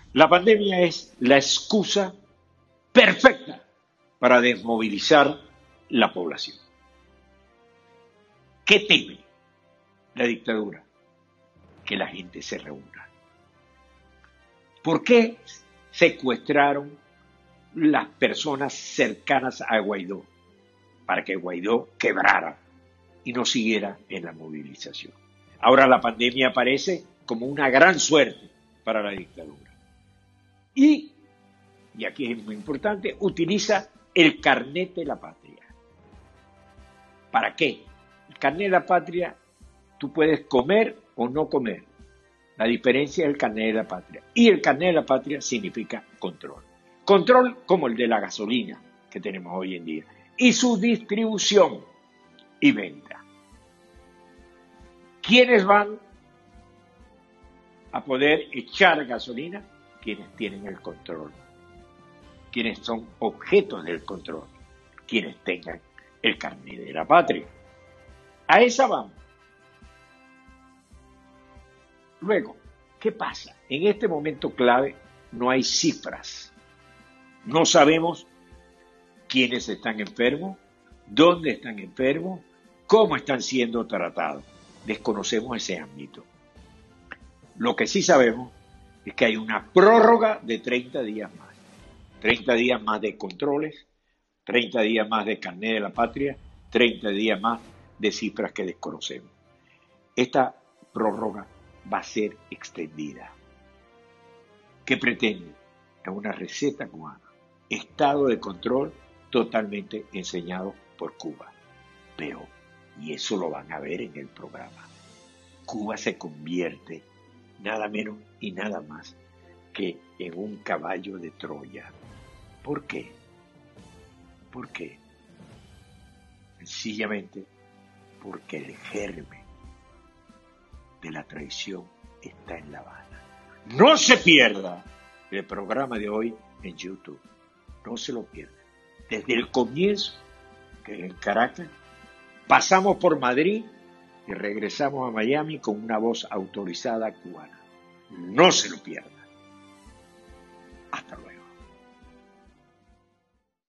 La pandemia es la excusa perfecta para desmovilizar la población. ¿Qué teme la dictadura? Que la gente se reúna. ¿Por qué secuestraron las personas cercanas a Guaidó? Para que Guaidó quebrara y no siguiera en la movilización. Ahora la pandemia aparece como una gran suerte para la dictadura. Y aquí es muy importante, utiliza el carnet de la patria. ¿Para qué? El carnet de la patria, tú puedes comer o no comer. La diferencia es el carnet de la patria. Y el carnet de la patria significa control. Control como el de la gasolina que tenemos hoy en día. Y su distribución y venta. ¿Quiénes van a poder echar gasolina? Quienes tienen el control. Quienes son objetos del control. Quienes tengan el carnet de la patria. A esa vamos. Luego, ¿qué pasa? En este momento clave no hay cifras. No sabemos quiénes están enfermos, dónde están enfermos, cómo están siendo tratados. Desconocemos ese ámbito. Lo que sí sabemos es que hay una prórroga de 30 días más. 30 días más de controles, 30 días más de carnet de la patria, 30 días más de cifras que desconocemos. Esta prórroga va a ser extendida. ¿Qué pretende? Es una receta cubana. Estado de control totalmente enseñado por Cuba. Pero, y eso lo van a ver en el programa, Cuba se convierte nada menos y nada más que en un caballo de Troya. ¿Por qué? ¿Por qué? Sencillamente porque el germen de la traición está en La Habana. No se pierda el programa de hoy en YouTube. No se lo pierda. Desde el comienzo, que es en Caracas, pasamos por Madrid y regresamos a Miami con una voz autorizada cubana. No se lo pierda.